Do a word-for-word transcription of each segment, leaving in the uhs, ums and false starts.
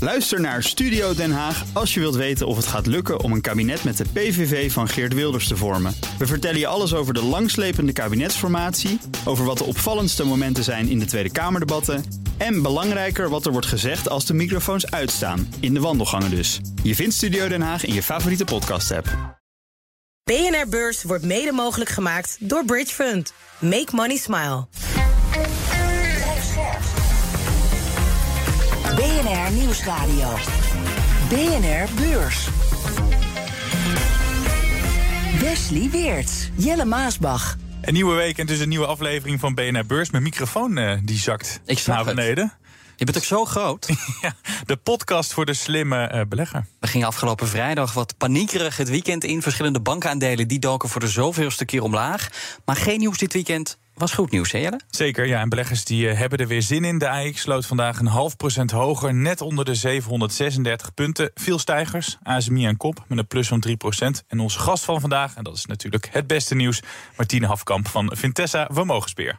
Luister naar Studio Den Haag als je wilt weten of het gaat lukken om een kabinet met de P V V van Geert Wilders te vormen. We vertellen je alles over de langslepende kabinetsformatie, over wat de opvallendste momenten zijn in de Tweede Kamerdebatten en belangrijker wat er wordt gezegd als de microfoons uitstaan, in de wandelgangen dus. Je vindt Studio Den Haag in je favoriete podcast-app. B N R Beurs wordt mede mogelijk gemaakt door Bridge Fund. Make money smile. B N R Nieuwsradio. B N R Beurs. Wesley Weerts, Jelle Maasbach. Een nieuwe week en dus een nieuwe aflevering van B N R Beurs. Mijn microfoon uh, die zakt Ik naar beneden. Het. Je bent ook zo groot. Ja, de podcast voor de slimme uh, belegger. We gingen afgelopen vrijdag wat paniekerig het weekend in. Verschillende bankaandelen die doken voor de zoveelste keer omlaag. Maar geen nieuws dit weekend. Was goed nieuws, hè Jelle? Zeker, ja. En beleggers die uh, hebben er weer zin in. De A X sloot vandaag een half procent hoger, net onder de zevenhonderdzesendertig punten. Veel stijgers, A S M I aan kop, met een plus van drie procent. En onze gast van vandaag, en dat is natuurlijk het beste nieuws, Martine Hafkamp van Vintessa Vermogensbeheer.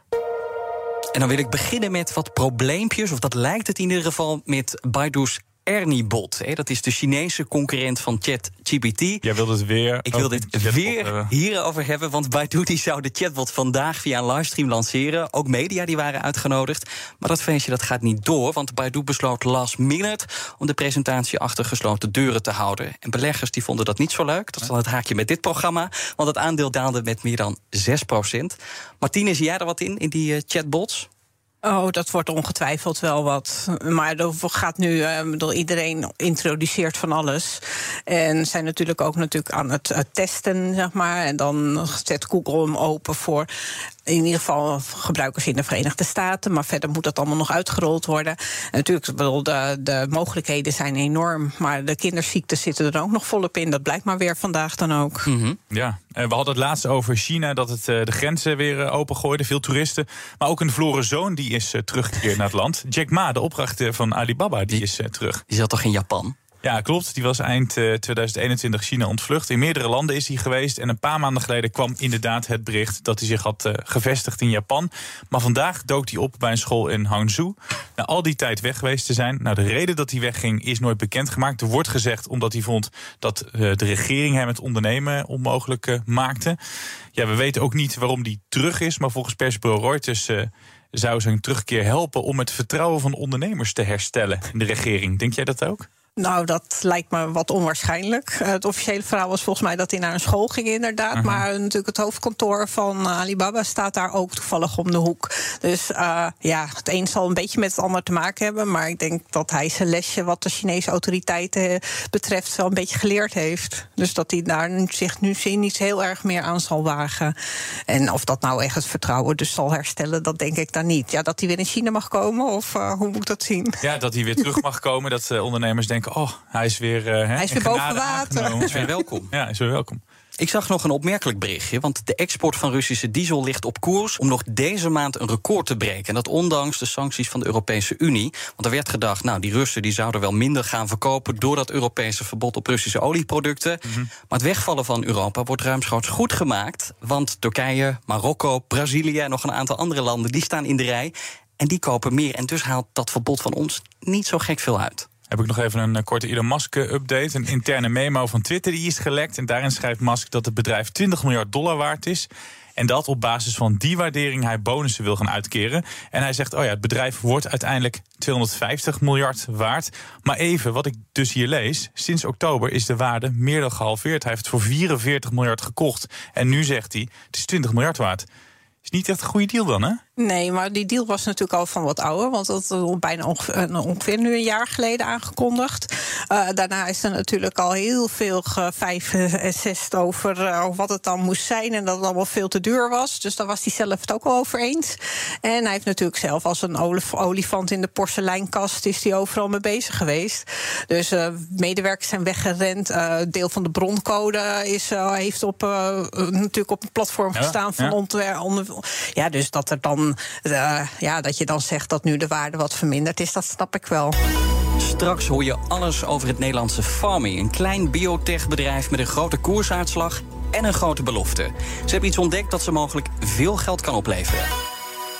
En dan wil ik beginnen met wat probleempjes, of dat lijkt het in ieder geval, met Baidu's Ernie-bot. Dat is de Chinese concurrent van ChatGPT. Jij wilde het weer... Ik wil dit weer hierover hebben, want Baidu die zou de chatbot vandaag via een livestream lanceren. Ook media die waren uitgenodigd. Maar dat feestje dat gaat niet door, want Baidu besloot last minute om de presentatie achter gesloten deuren te houden. En beleggers die vonden dat niet zo leuk. Dat is dan het haakje met dit programma, want het aandeel daalde met meer dan zes procent. Martine, zie jij er wat in, in die uh, chatbots? Oh, dat wordt ongetwijfeld wel wat. Maar er gaat nu, uh, bedoel, iedereen introduceert van alles. En zijn natuurlijk ook natuurlijk aan het uh, testen, zeg maar. En dan zet Google hem open voor in ieder geval gebruikers in de Verenigde Staten. Maar verder moet dat allemaal nog uitgerold worden. En natuurlijk, bedoel, de, de mogelijkheden zijn enorm. Maar de kinderziekten zitten er ook nog volop in. Dat blijkt maar weer vandaag dan ook. Mm-hmm. Ja, we hadden het laatst over China, dat het uh, de grenzen weer uh, opengooide. Veel toeristen. Maar ook een verloren zoon die is uh, teruggekeerd naar het land. Jack Ma, de oprichter van Alibaba, die, die is uh, terug. Die zat toch in Japan? Ja, klopt. Die was eind uh, tweeduizend eenentwintig China ontvlucht. In meerdere landen is hij geweest. En een paar maanden geleden kwam inderdaad het bericht dat hij zich had uh, gevestigd in Japan. Maar vandaag dook hij op bij een school in Hangzhou. Na al die tijd weg geweest te zijn. Nou, de reden dat hij wegging is nooit bekendgemaakt. Er wordt gezegd omdat hij vond dat uh, de regering hem het ondernemen onmogelijk uh, maakte. Ja, we weten ook niet waarom hij terug is. Maar volgens persbureau Reuters uh, zou zijn terugkeer helpen om het vertrouwen van ondernemers te herstellen in de regering. Denk jij dat ook? Nou, dat lijkt me wat onwaarschijnlijk. Het officiële verhaal was volgens mij dat hij naar een school ging, inderdaad. Uh-huh. Maar natuurlijk het hoofdkantoor van Alibaba staat daar ook toevallig om de hoek. Dus uh, ja, het een zal een beetje met het ander te maken hebben. Maar ik denk dat hij zijn lesje wat de Chinese autoriteiten betreft wel een beetje geleerd heeft. Dus dat hij daar zich nu niet heel erg meer aan zal wagen. En of dat nou echt het vertrouwen dus zal herstellen, dat denk ik dan niet. Ja, dat hij weer in China mag komen, of uh, hoe moet ik dat zien? Ja, dat hij weer terug mag komen, dat uh, ondernemers denken, oh, hij is weer, uh, hij is weer boven water. Hij is weer welkom. Ja, is weer welkom. Ik zag nog een opmerkelijk berichtje, want de export van Russische diesel ligt op koers om nog deze maand een record te breken. En dat ondanks de sancties van de Europese Unie. Want er werd gedacht, nou, die Russen die zouden wel minder gaan verkopen door dat Europese verbod op Russische olieproducten. Mm-hmm. Maar het wegvallen van Europa wordt ruimschoots goed gemaakt. Want Turkije, Marokko, Brazilië en nog een aantal andere landen, die staan in de rij. En die kopen meer. En dus haalt dat verbod van ons niet zo gek veel uit. Heb ik nog even een korte Elon Musk-update. Een interne memo van Twitter die is gelekt. En daarin schrijft Musk dat het bedrijf twintig miljard dollar waard is. En dat op basis van die waardering hij bonussen wil gaan uitkeren. En hij zegt, oh ja, het bedrijf wordt uiteindelijk tweehonderdvijftig miljard waard. Maar even, wat ik dus hier lees, sinds oktober is de waarde meer dan gehalveerd. Hij heeft het voor vierenveertig miljard gekocht. En nu zegt hij, het is twintig miljard waard. Is niet echt een goede deal dan, hè? Nee, maar die deal was natuurlijk al van wat ouder. Want dat is bijna ongeveer, ongeveer nu een jaar geleden aangekondigd. Uh, daarna is er natuurlijk al heel veel gevijfzesd over uh, wat het dan moest zijn. En dat het allemaal veel te duur was. Dus daar was hij zelf het ook al over eens. En hij heeft natuurlijk zelf als een olif- olifant in de porseleinkast is hij overal mee bezig geweest. Dus uh, medewerkers zijn weggerend. Uh, deel van de broncode is, uh, heeft op, uh, natuurlijk op een platform ja, gestaan van ja. ontwer- onder, ja, dus dat er dan Uh, ja, dat je dan zegt dat nu de waarde wat verminderd is, dat snap ik wel. Straks hoor je alles over het Nederlandse Farming. Een klein biotechbedrijf met een grote koersuitslag en een grote belofte. Ze hebben iets ontdekt dat ze mogelijk veel geld kan opleveren.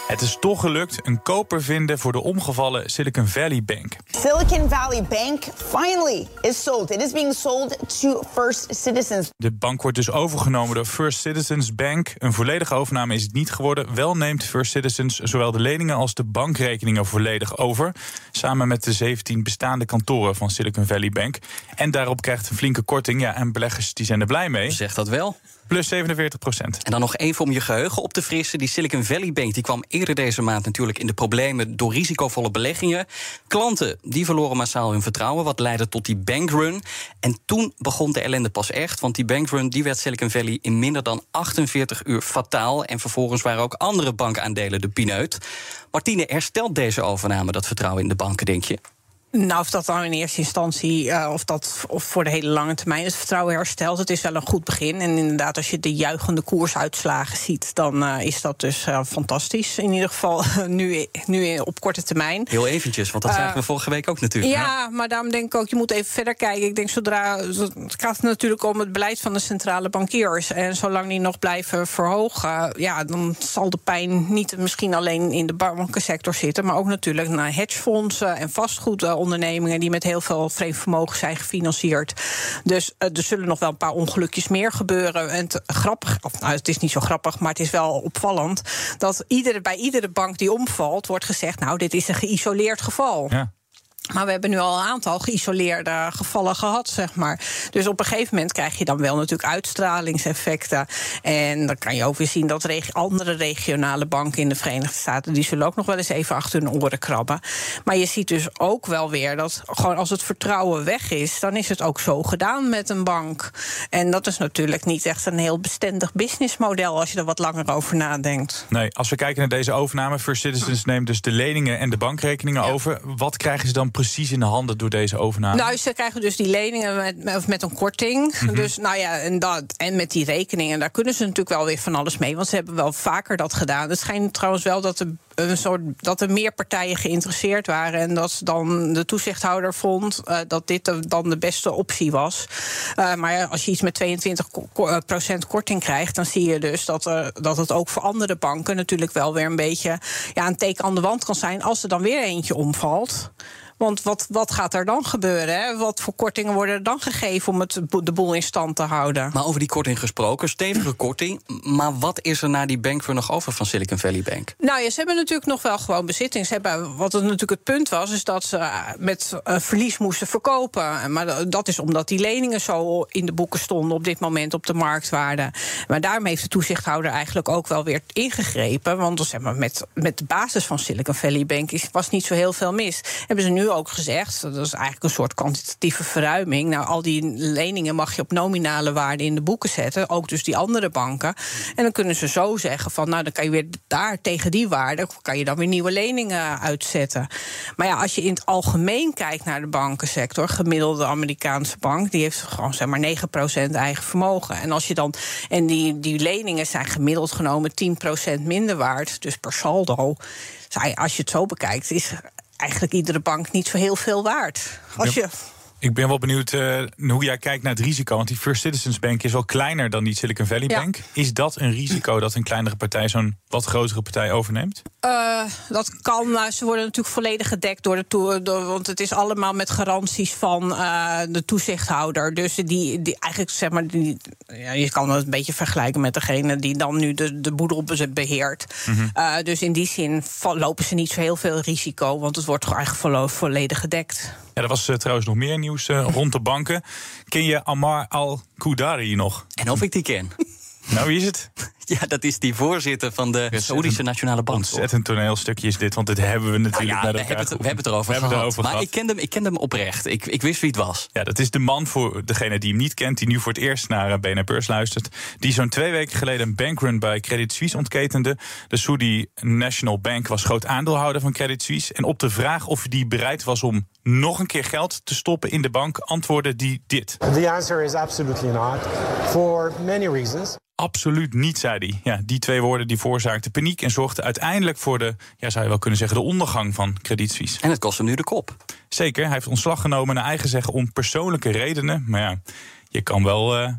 Het is toch gelukt, een koper vinden voor de omgevallen Silicon Valley Bank. Silicon Valley Bank finally is sold. It is being sold to First Citizens. De bank wordt dus overgenomen door First Citizens Bank. Een volledige overname is het niet geworden. Wel neemt First Citizens zowel de leningen als de bankrekeningen volledig over. Samen met de zeventien bestaande kantoren van Silicon Valley Bank. En daarop krijgt een flinke korting. Ja, en beleggers die zijn er blij mee. Zeg dat wel. Plus zevenenveertig procent. En dan nog even om je geheugen op te frissen. Die Silicon Valley Bank die kwam eerder deze maand natuurlijk in de problemen door risicovolle beleggingen. Klanten die verloren massaal hun vertrouwen, wat leidde tot die bankrun. En toen begon de ellende pas echt, want die bankrun die werd Silicon Valley in minder dan achtenveertig uur fataal. En vervolgens waren ook andere bankaandelen de pineut. Martine, herstelt deze overname dat vertrouwen in de banken, denk je? Nou, of dat dan in eerste instantie, uh, of dat of voor de hele lange termijn het vertrouwen herstelt, het is wel een goed begin. En inderdaad, als je de juichende koersuitslagen ziet, dan uh, is dat dus uh, fantastisch. In ieder geval nu, nu op korte termijn. Heel eventjes, want dat uh, zagen we vorige week ook natuurlijk. Ja, hè? Maar daarom denk ik ook, je moet even verder kijken. Ik denk zodra, het gaat natuurlijk om het beleid van de centrale bankiers. En zolang die nog blijven verhogen, ja, dan zal de pijn niet misschien alleen in de bankensector zitten, maar ook natuurlijk naar hedgefondsen en vastgoed. Ondernemingen die met heel veel vreemd vermogen zijn gefinancierd. Dus uh, er zullen nog wel een paar ongelukjes meer gebeuren. En het, grappig, of, nou, het is niet zo grappig, maar het is wel opvallend dat iedere, bij iedere bank die omvalt wordt gezegd, nou, dit is een geïsoleerd geval. Ja. Maar we hebben nu al een aantal geïsoleerde gevallen gehad, zeg maar. Dus op een gegeven moment krijg je dan wel natuurlijk uitstralingseffecten. En dan kan je ook weer zien dat reg- andere regionale banken in de Verenigde Staten, die zullen ook nog wel eens even achter hun oren krabben. Maar je ziet dus ook wel weer dat gewoon als het vertrouwen weg is, dan is het ook zo gedaan met een bank. En dat is natuurlijk niet echt een heel bestendig businessmodel als je er wat langer over nadenkt. Nee, als we kijken naar deze overname, First Citizens neemt dus de leningen en de bankrekeningen ja. over. Wat krijgen ze dan precies in de handen door deze overname? Nou, ze krijgen dus die leningen met, met, met een korting. Mm-hmm. Dus nou ja, en, dat, en met die rekeningen, daar kunnen ze natuurlijk wel weer van alles mee. Want ze hebben wel vaker dat gedaan. Het schijnt trouwens wel dat er, een soort, dat er meer partijen geïnteresseerd waren. En dat dan de toezichthouder vond uh, dat dit de, dan de beste optie was. Uh, maar als je iets met tweeëntwintig procent korting krijgt, dan zie je dus dat, er, dat het ook voor andere banken natuurlijk wel weer een beetje ja, een teken aan de wand kan zijn als er dan weer eentje omvalt. Want wat, wat gaat er dan gebeuren? Hè? Wat voor kortingen worden er dan gegeven om het, de boel in stand te houden? Maar over die korting gesproken, stevige korting. Maar wat is er na die bankrun nog over van Silicon Valley Bank? Nou ja, ze hebben natuurlijk nog wel gewoon bezitting. Ze hebben, wat het natuurlijk het punt was, is dat ze met uh, verlies moesten verkopen. Maar dat is omdat die leningen zo in de boeken stonden op dit moment op de marktwaarde. Maar daarom heeft de toezichthouder eigenlijk ook wel weer ingegrepen. Want zeg maar, met, met de basis van Silicon Valley Bank is, was niet zo heel veel mis. Hebben ze nu ook gezegd, dat is eigenlijk een soort kwantitatieve verruiming. Nou, al die leningen mag je op nominale waarde in de boeken zetten, ook dus die andere banken. En dan kunnen ze zo zeggen van, nou, dan kan je weer daar tegen die waarde, kan je dan weer nieuwe leningen uitzetten. Maar ja, als je in het algemeen kijkt naar de bankensector, gemiddelde Amerikaanse bank, die heeft gewoon zeg maar negen procent eigen vermogen. En als je dan, en die, die leningen zijn gemiddeld genomen tien procent minder waard, dus per saldo, als je het zo bekijkt, is eigenlijk iedere bank niet zo heel veel waard. Als je... Ik ben wel benieuwd uh, hoe jij kijkt naar het risico. Want die First Citizens Bank is wel kleiner dan die Silicon Valley ja. Bank. Is dat een risico dat een kleinere partij zo'n wat grotere partij overneemt? Uh, dat kan, maar ze worden natuurlijk volledig gedekt door de toe, door, want het is allemaal met garanties van uh, de toezichthouder. Dus die, die eigenlijk zeg maar, die, ja, je kan het een beetje vergelijken met degene die dan nu de, de boedel beheert. Mm-hmm. Uh, dus in die zin lopen ze niet zo heel veel risico, want het wordt gewoon eigenlijk volledig gedekt. Ja, er was uh, trouwens nog meer nieuws uh, rond de banken. Ken je Ammar Al-Qudari nog? En of ik die ken? Nou, wie is het? Ja, dat is die voorzitter van de Saoedische Nationale Bank. Ontzettend toneelstukje is dit, want dit hebben we natuurlijk nou ja, met elkaar. We hebben het, we hebben het erover we gehad. Hebben het erover maar gehad. ik kende, hem, ik kende hem oprecht. Ik, ik wist wie het was. Ja, dat is de man, voor degene die hem niet kent, die nu voor het eerst naar B N R Beurs luistert, die zo'n twee weken geleden een bankrun bij Credit Suisse ontketende. De Saudi National Bank was groot aandeelhouder van Credit Suisse. En op de vraag of hij bereid was om nog een keer geld te stoppen in de bank, antwoordde die dit. The answer is absolutely not, for many reasons. Absoluut niet, zei hij. Ja, die twee woorden die veroorzaakten paniek en zorgden uiteindelijk voor de, ja, zou je wel kunnen zeggen, de ondergang van Credit Suisse. En het kost hem nu de kop. Zeker, hij heeft ontslag genomen naar eigen zeggen om persoonlijke redenen. Maar ja, je kan wel uh,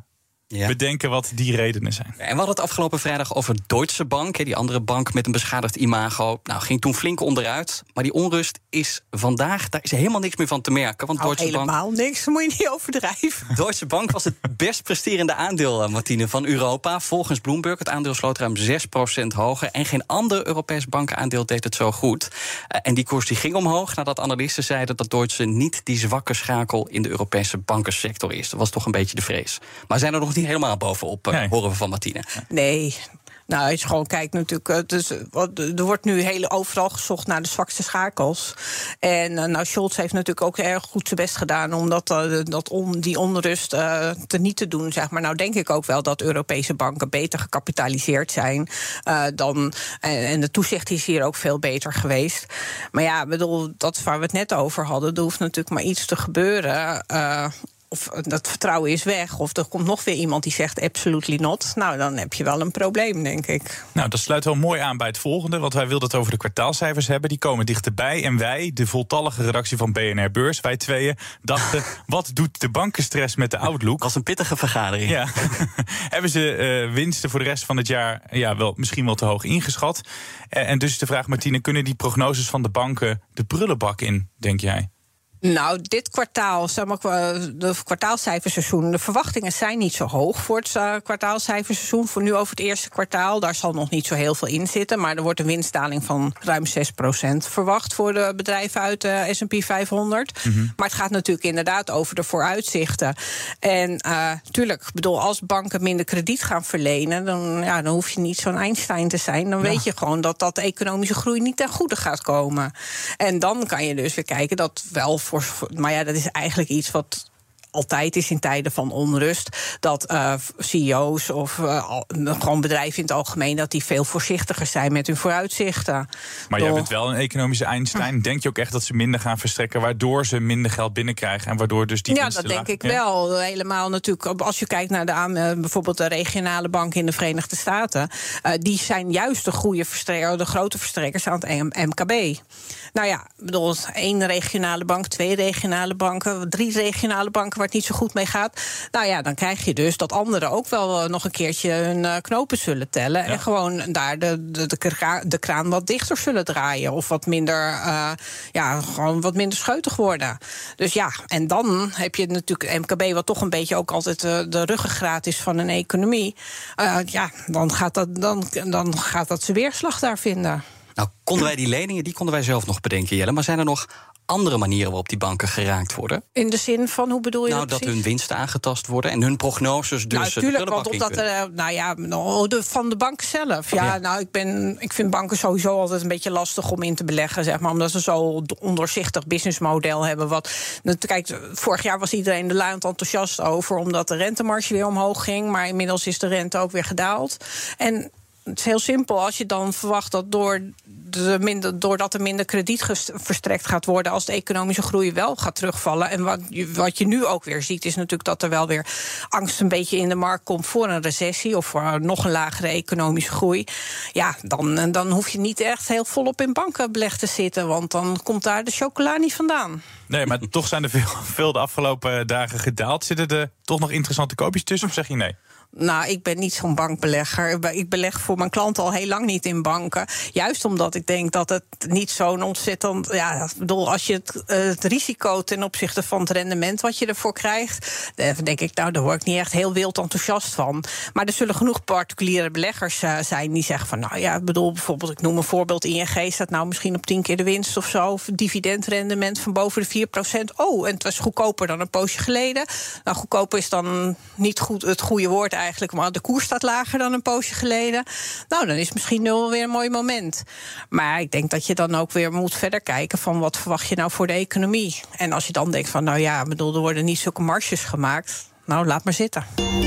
Ja. bedenken wat die redenen zijn. En we hadden het afgelopen vrijdag over Deutsche Bank, die andere bank met een beschadigd imago. Nou, ging toen flink onderuit. Maar die onrust is vandaag, daar is helemaal niks meer van te merken. Want Nou, Deutsche Bank, helemaal niks, dat moet je niet overdrijven. Deutsche Bank was het best presterende aandeel, Martine, van Europa. Volgens Bloomberg, het aandeel sloot ruim zes procent hoger. En geen ander Europees bankenaandeel deed het zo goed. Uh, en die koers die ging omhoog nadat analisten zeiden dat Deutsche niet die zwakke schakel in de Europese bankensector is. Dat was toch een beetje de vrees. Maar zijn er nog niet helemaal bovenop, uh, Nee. horen we van Martine. Nee. Nou, als je gewoon kijkt natuurlijk, uh, dus, uh, wat- er wordt nu heel overal gezocht naar de zwakste schakels. En uh, nou, Scholz heeft natuurlijk ook erg goed zijn best gedaan om dat, uh, dat on, die onrust uh, te niet te doen, zeg maar. Nou denk ik ook wel dat Europese banken beter gecapitaliseerd zijn uh, dan, en, en de toezicht is hier ook veel beter geweest. Maar ja, ik bedoel, dat is waar we het net over hadden. Er hoeft natuurlijk maar iets te gebeuren. Uh, Of dat vertrouwen is weg, of er komt nog weer iemand die zegt absolutely not. Nou, dan heb je wel een probleem, denk ik. Nou, dat sluit wel mooi aan bij het volgende, want wij wilden het over de kwartaalcijfers hebben. Die komen dichterbij en wij, de voltallige redactie van B N R Beurs, wij tweeën, dachten, wat doet de bankenstress met de outlook? Was een pittige vergadering. Ja. Hebben ze uh, winsten voor de rest van het jaar ja, wel, misschien wel te hoog ingeschat? Uh, en dus de vraag, Martine, kunnen die prognoses van de banken de prullenbak in, denk jij? Nou, dit kwartaal, zeg maar, de kwartaalcijferseizoen, de verwachtingen zijn niet zo hoog voor het uh, kwartaalcijferseizoen. Voor nu over het eerste kwartaal, daar zal nog niet zo heel veel in zitten. Maar er wordt een winstdaling van ruim zes procent verwacht voor de bedrijven uit de S en P vijfhonderd. Mm-hmm. Maar het gaat natuurlijk inderdaad over de vooruitzichten. En uh, tuurlijk, ik bedoel, als banken minder krediet gaan verlenen, dan, ja, dan hoef je niet zo'n Einstein te zijn. Dan ja. weet je gewoon dat dat de economische groei niet ten goede gaat komen. En dan kan je dus weer kijken dat wel voor, maar ja, dat is eigenlijk iets wat altijd is in tijden van onrust, dat uh, C E O's of uh, gewoon bedrijven in het algemeen, dat die veel voorzichtiger zijn met hun vooruitzichten. Maar jij bent wel een economische Einstein. Denk je ook echt dat ze minder gaan verstrekken, waardoor ze minder geld binnenkrijgen en waardoor dus die Ja, dat denk ik ja? wel. Helemaal natuurlijk, als je kijkt naar de aan, bijvoorbeeld de regionale banken in de Verenigde Staten, uh, die zijn juist de goede verstrekkers, de grote verstrekkers aan het M K B. Nou ja, ik bedoel, één regionale bank, twee regionale banken, drie regionale banken waar het niet zo goed mee gaat. Nou ja, dan krijg je dus dat anderen ook wel uh, nog een keertje hun uh, knopen zullen tellen. Ja. En gewoon daar de, de, de, kra- de kraan wat dichter zullen draaien. Of wat minder, uh, ja, gewoon wat minder scheutig worden. Dus ja, en dan heb je natuurlijk M K B, wat toch een beetje ook altijd uh, de ruggengraat is van een economie. Uh, ja, dan gaat dat, dan, dan gaat dat zijn weerslag daar vinden. Nou, konden wij die leningen, die konden wij zelf nog bedenken, Jelle. Maar zijn er nog andere manieren waarop die banken geraakt worden? In de zin van, hoe bedoel je nou, dat dat hun winsten aangetast worden en hun prognoses dus... Nou, natuurlijk, want op dat, uh, nou ja, de, van de bank zelf. Ja, ja, nou, ik, ben, ik vind banken sowieso altijd een beetje lastig om in te beleggen, zeg maar, omdat ze zo'n ondoorzichtig businessmodel hebben. Wat, kijk, vorig jaar was iedereen er luid enthousiast over, omdat de rentemarge weer omhoog ging, maar inmiddels is de rente ook weer gedaald. En het is heel simpel. Als je dan verwacht dat door de minder, doordat er minder krediet gest- verstrekt gaat worden, als de economische groei wel gaat terugvallen. En wat je, wat je nu ook weer ziet, is natuurlijk dat er wel weer angst een beetje in de markt komt voor een recessie of voor nog een lagere economische groei. Ja, dan, dan hoef je niet echt heel volop in banken belegd te zitten, want dan komt daar de chocola niet vandaan. Nee, maar toch zijn er veel, veel de afgelopen dagen gedaald. Zitten er toch nog interessante koopjes tussen, of zeg je nee? Nou, ik ben niet zo'n bankbelegger. Ik beleg voor mijn klanten al heel lang niet in banken. Juist omdat ik denk dat het niet zo'n ontzettend... Ja, ik bedoel, als je het, het risico ten opzichte van het rendement wat je ervoor krijgt, dan denk ik, nou, daar word ik niet echt heel wild enthousiast van. Maar er zullen genoeg particuliere beleggers uh, zijn die zeggen van, nou ja, ik bedoel, bijvoorbeeld, ik noem een voorbeeld, I N G staat nou misschien op tien keer de winst of zo, of een dividendrendement van boven de vier procent. Oh, en het was goedkoper dan een poosje geleden. Nou, goedkoper is dan niet goed het goede woord eigenlijk, maar de koers staat lager dan een poosje geleden. Nou, dan is misschien nu wel weer een mooi moment. Maar ik denk dat je dan ook weer moet verder kijken van wat verwacht je nou voor de economie. En als je dan denkt van, nou ja, bedoel, er worden niet zulke marges gemaakt. Nou, laat maar zitten.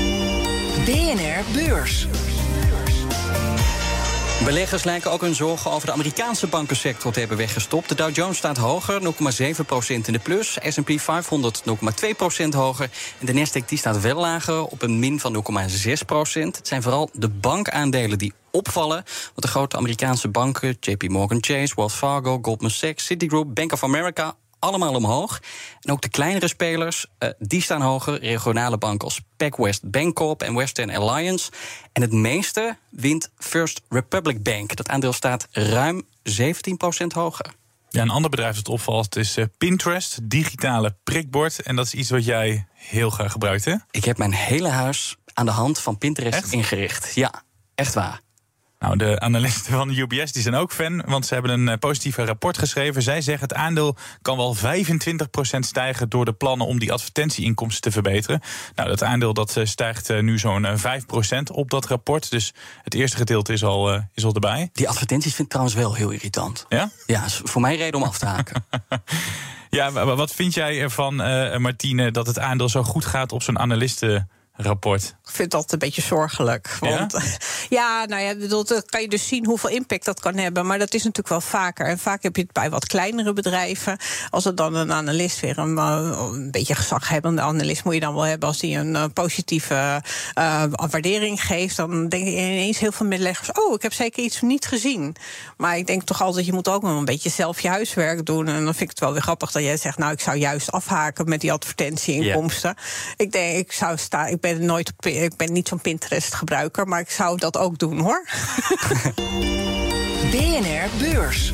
B N R Beurs. Beleggers lijken ook hun zorgen over de Amerikaanse bankensector te hebben weggestopt. De Dow Jones staat hoger, nul komma zeven procent in de plus. S en P vijfhonderd nul komma twee procent hoger. En de Nasdaq die staat wel lager, op een min van nul komma zes procent. Het zijn vooral de bankaandelen die opvallen. Want de grote Amerikaanse banken, J P Morgan Chase, Wells Fargo, Goldman Sachs, Citigroup, Bank of America, allemaal omhoog. En ook de kleinere spelers, uh, die staan hoger. Regionale banken als PacWest Bancorp en Western Alliance. En het meeste wint First Republic Bank. Dat aandeel staat ruim zeventien procent hoger. Ja, een ander bedrijf dat opvalt is uh, Pinterest, digitale prikbord. En dat is iets wat jij heel graag gebruikt, hè? Ik heb mijn hele huis aan de hand van Pinterest echt? ingericht. Ja, echt waar. Nou, de analisten van de U B S die zijn ook fan, want ze hebben een uh, positief rapport geschreven. Zij zeggen het aandeel kan wel vijfentwintig procent stijgen door de plannen om die advertentieinkomsten te verbeteren. Nou, dat aandeel dat uh, stijgt uh, nu zo'n uh, vijf procent op dat rapport. Dus het eerste gedeelte is al, uh, is al erbij. Die advertenties vind ik trouwens wel heel irritant. Ja? Ja, is voor mij reden om af te haken. Ja, wat vind jij ervan, uh, Martine, dat het aandeel zo goed gaat op zo'n analisten? Rapport. Ik vind dat een beetje zorgelijk. Want ja, ja nou ja, dat kan je dus zien hoeveel impact dat kan hebben. Maar dat is natuurlijk wel vaker. En vaak heb je het bij wat kleinere bedrijven. Als er dan een analist weer een, een beetje gezaghebbende analist moet je dan wel hebben. Als die een uh, positieve uh, waardering geeft, dan denk je ineens heel veel beleggers, oh, ik heb zeker iets niet gezien. Maar ik denk toch altijd, je moet ook nog een beetje zelf je huiswerk doen. En dan vind ik het wel weer grappig dat jij zegt, nou, ik zou juist afhaken met die advertentieinkomsten. Yeah. Ik denk, ik zou staan. Ik ben nooit, ik ben niet zo'n Pinterest-gebruiker, maar ik zou dat ook doen, hoor. B N R Beurs.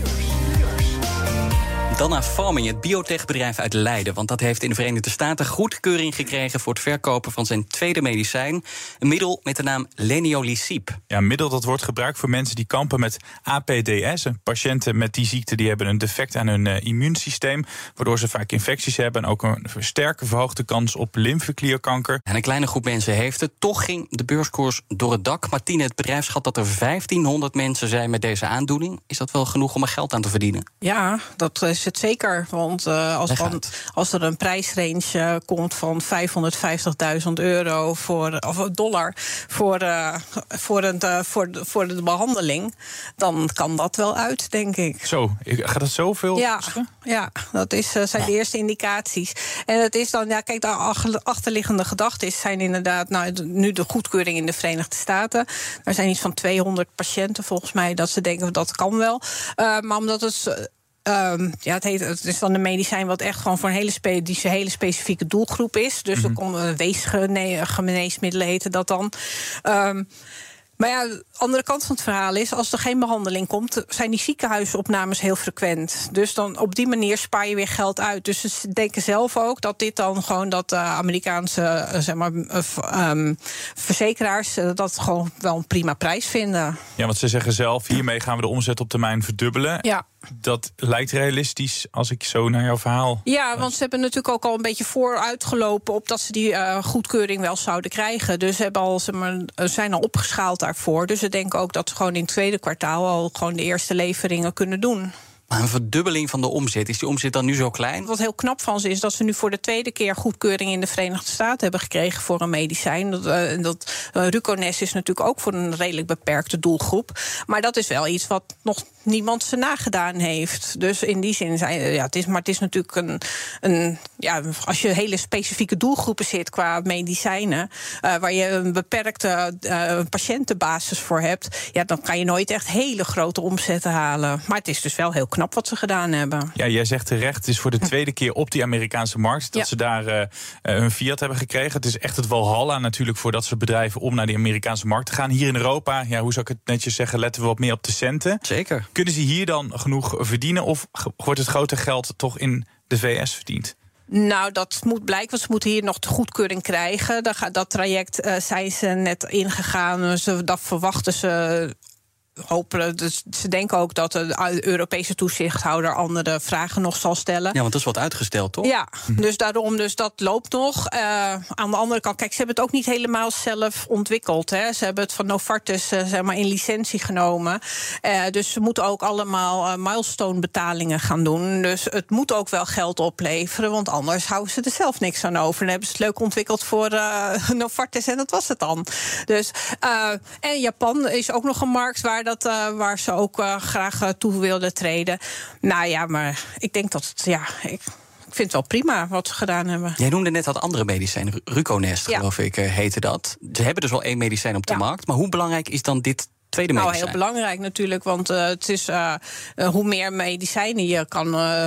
Dan naar Pharming, het biotechbedrijf uit Leiden. Want dat heeft in de Verenigde Staten goedkeuring gekregen voor het verkopen van zijn tweede medicijn. Een middel met de naam leniolisib. Ja, een middel dat wordt gebruikt voor mensen die kampen met A P D S. Patiënten met die ziekte die hebben een defect aan hun uh, immuunsysteem, waardoor ze vaak infecties hebben en ook een sterke verhoogde kans op lymfeklierkanker. En een kleine groep mensen heeft het. Toch ging de beurskoers door het dak. Martine, het bedrijf schat dat er vijftienhonderd mensen zijn met deze aandoening. Is dat wel genoeg om er geld aan te verdienen? Ja, dat is het zeker. Want uh, als, dan, als er een prijsrange uh, komt van vijfhonderdvijftigduizend euro voor, of dollar voor, uh, voor, een, uh, voor, de, voor de behandeling, dan kan dat wel uit, denk ik. Zo, gaat het zoveel? Ja, ja, dat is, uh, zijn de eerste indicaties. En het is dan, ja, kijk, de achterliggende gedachte is, zijn inderdaad, nou, nu de goedkeuring in de Verenigde Staten. Er zijn iets van tweehonderd patiënten volgens mij dat ze denken dat kan wel. Uh, maar omdat het Um, ja, het, heet, het is dan een medicijn wat echt gewoon voor een hele, spe, die hele specifieke doelgroep is. Dus mm-hmm. er komen weesgeneesmiddelen heten dat dan. Um, Maar ja, de andere kant van het verhaal is, als er geen behandeling komt, zijn die ziekenhuisopnames heel frequent. Dus dan op die manier spaar je weer geld uit. Dus ze denken zelf ook dat dit dan gewoon dat uh, Amerikaanse uh, zeg maar, uh, um, verzekeraars uh, dat gewoon wel een prima prijs vinden. Ja, want ze zeggen zelf, hiermee gaan we de omzet op termijn verdubbelen. Ja. Dat lijkt realistisch als ik zo naar jouw verhaal. Ja, want ze hebben natuurlijk ook al een beetje vooruitgelopen op dat ze die uh, goedkeuring wel zouden krijgen. Dus ze hebben al, ze maar, zijn al opgeschaald daarvoor. Dus ze denken ook dat ze gewoon in het tweede kwartaal al gewoon de eerste leveringen kunnen doen. Maar een verdubbeling van de omzet, is die omzet dan nu zo klein? Wat heel knap van ze is dat ze nu voor de tweede keer goedkeuring in de Verenigde Staten hebben gekregen voor een medicijn. Dat, uh, dat uh, Ruconest is natuurlijk ook voor een redelijk beperkte doelgroep. Maar dat is wel iets wat nog niemand ze nagedaan heeft. Dus in die zin zijn, ja, het is, maar het is natuurlijk een, een ja, als je hele specifieke doelgroepen zit qua medicijnen, uh, waar je een beperkte uh, patiëntenbasis voor hebt, ja, dan kan je nooit echt hele grote omzetten halen. Maar het is dus wel heel knap wat ze gedaan hebben. Ja, jij zegt terecht, het is voor de tweede keer op die Amerikaanse markt dat ja. ze daar uh, hun fiat hebben gekregen. Het is echt het walhalla natuurlijk voor dat soort bedrijven om naar die Amerikaanse markt te gaan. Hier in Europa, ja, hoe zou ik het netjes zeggen, letten we wat meer op de centen. Zeker. Kunnen ze hier dan genoeg verdienen of wordt het grote geld toch in de V S verdiend? Nou, dat moet blijken, want ze moeten hier nog de goedkeuring krijgen. Dat, dat traject uh, zijn ze net ingegaan. Ze, dat verwachten ze. Hopelijk, dus ze denken ook dat de Europese toezichthouder andere vragen nog zal stellen. Ja, want dat is wat uitgesteld, toch? Ja, dus daarom, dus dat loopt nog. Uh, aan de andere kant, kijk, ze hebben het ook niet helemaal zelf ontwikkeld. Hè. Ze hebben het van Novartis uh, zeg maar in licentie genomen. Uh, dus ze moeten ook allemaal uh, milestone betalingen gaan doen. Dus het moet ook wel geld opleveren, want anders houden ze er zelf niks aan over. Dan hebben ze het leuk ontwikkeld voor uh, Novartis en dat was het dan. Dus, uh, en Japan is ook nog een markt waar Dat, uh, waar ze ook uh, graag uh, toe wilden treden. Nou ja, maar ik denk dat het, ja, ik, ik vind het wel prima wat ze gedaan hebben. Jij noemde net dat andere medicijn, Ruconest, ja. geloof ik, uh, heette dat. Ze hebben dus wel één medicijn op de ja. markt, maar hoe belangrijk is dan dit tweede medicijn? Nou, heel belangrijk natuurlijk, want uh, het is uh, uh, hoe meer medicijnen je kan uh,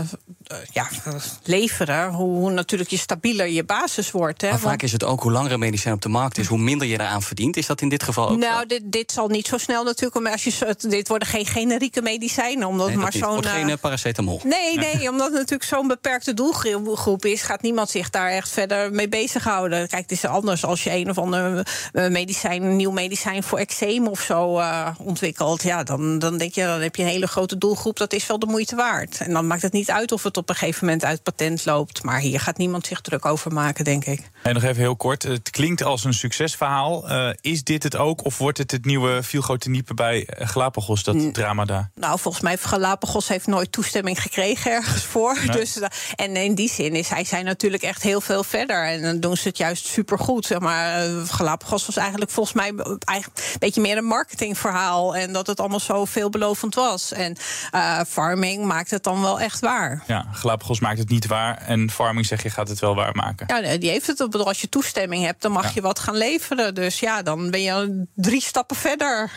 ja, leveren, hoe, hoe natuurlijk je stabieler je basis wordt. Hè? Maar Want, vaak is het ook hoe langer een medicijn op de markt is, hoe minder je eraan verdient. Is dat in dit geval ook nou, zo? dit, dit zal niet zo snel natuurlijk. Als je, dit worden geen generieke medicijnen. Omdat Nee, maar dat niet. zo'n, Wordt geen uh, uh, paracetamol. Nee, nee, omdat het natuurlijk zo'n beperkte doelgroep is, gaat niemand zich daar echt verder mee bezighouden. Kijk, het is anders als je een of ander uh, medicijn, een nieuw medicijn voor eczeem of zo uh, ontwikkelt. Ja, dan, dan denk je, dan heb je een hele grote doelgroep, dat is wel de moeite waard. En dan maakt het niet uit of het op een gegeven moment uit patent loopt. Maar hier gaat niemand zich druk over maken, denk ik. En nog even heel kort. Het klinkt als een succesverhaal. Uh, is dit het ook? Of wordt het het nieuwe viel grote niepen bij Galapagos, dat mm. drama daar? Nou, volgens mij heeft Galapagos heeft nooit toestemming gekregen ergens voor. Nee. Dus, uh, en in die zin is hij zijn natuurlijk echt heel veel verder. En dan doen ze het juist supergoed. Zeg maar, uh, Galapagos was eigenlijk volgens mij eigenlijk een beetje meer een marketingverhaal. En dat het allemaal zo veelbelovend was. En uh, Farming maakt het dan wel echt waar. Ja, Galapagos maakt het niet waar. En Farming, zeg je, gaat het wel waarmaken. Ja, die heeft het. Als je toestemming hebt, dan mag ja. je wat gaan leveren. Dus ja, dan ben je drie stappen verder.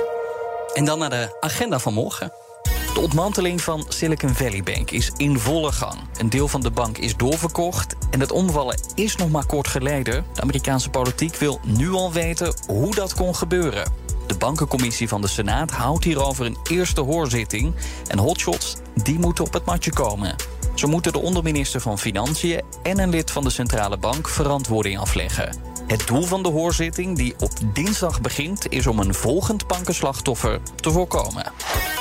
En dan naar de agenda van morgen. De ontmanteling van Silicon Valley Bank is in volle gang. Een deel van de bank is doorverkocht en het omvallen is nog maar kort geleden. De Amerikaanse politiek wil nu al weten hoe dat kon gebeuren. De bankencommissie van de Senaat houdt hierover een eerste hoorzitting. En hotshots, die moeten op het matje komen. Zo moeten de onderminister van Financiën en een lid van de centrale bank verantwoording afleggen. Het doel van de hoorzitting, die op dinsdag begint, is om een volgend bankenslachtoffer te voorkomen.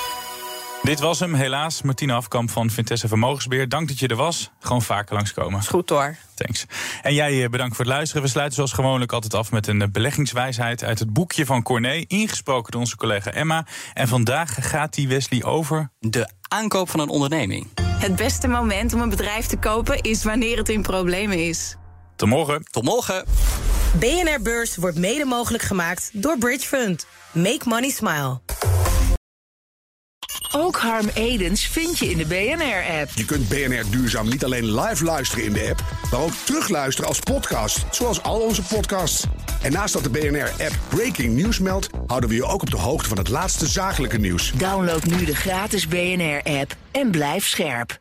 Dit was hem, helaas. Martina Afkamp van Vintessa Vermogensbeheer. Dank dat je er was. Gewoon vaker langskomen. Is goed hoor. Thanks. En jij bedankt voor het luisteren. We sluiten zoals gewoonlijk altijd af met een beleggingswijsheid uit het boekje van Corné, ingesproken door onze collega Emma. En vandaag gaat die, Wesley, over de aankoop van een onderneming. Het beste moment om een bedrijf te kopen is wanneer het in problemen is. Tot morgen. Tot morgen. B N R Beurs wordt mede mogelijk gemaakt door Bridge Fund. Make money smile. Ook Harm Edens vind je in de B N R-app. Je kunt B N R Duurzaam niet alleen live luisteren in de app, maar ook terugluisteren als podcast, zoals al onze podcasts. En naast dat de B N R-app Breaking News meldt, houden we je ook op de hoogte van het laatste zakelijke nieuws. Download nu de gratis B N R-app en blijf scherp.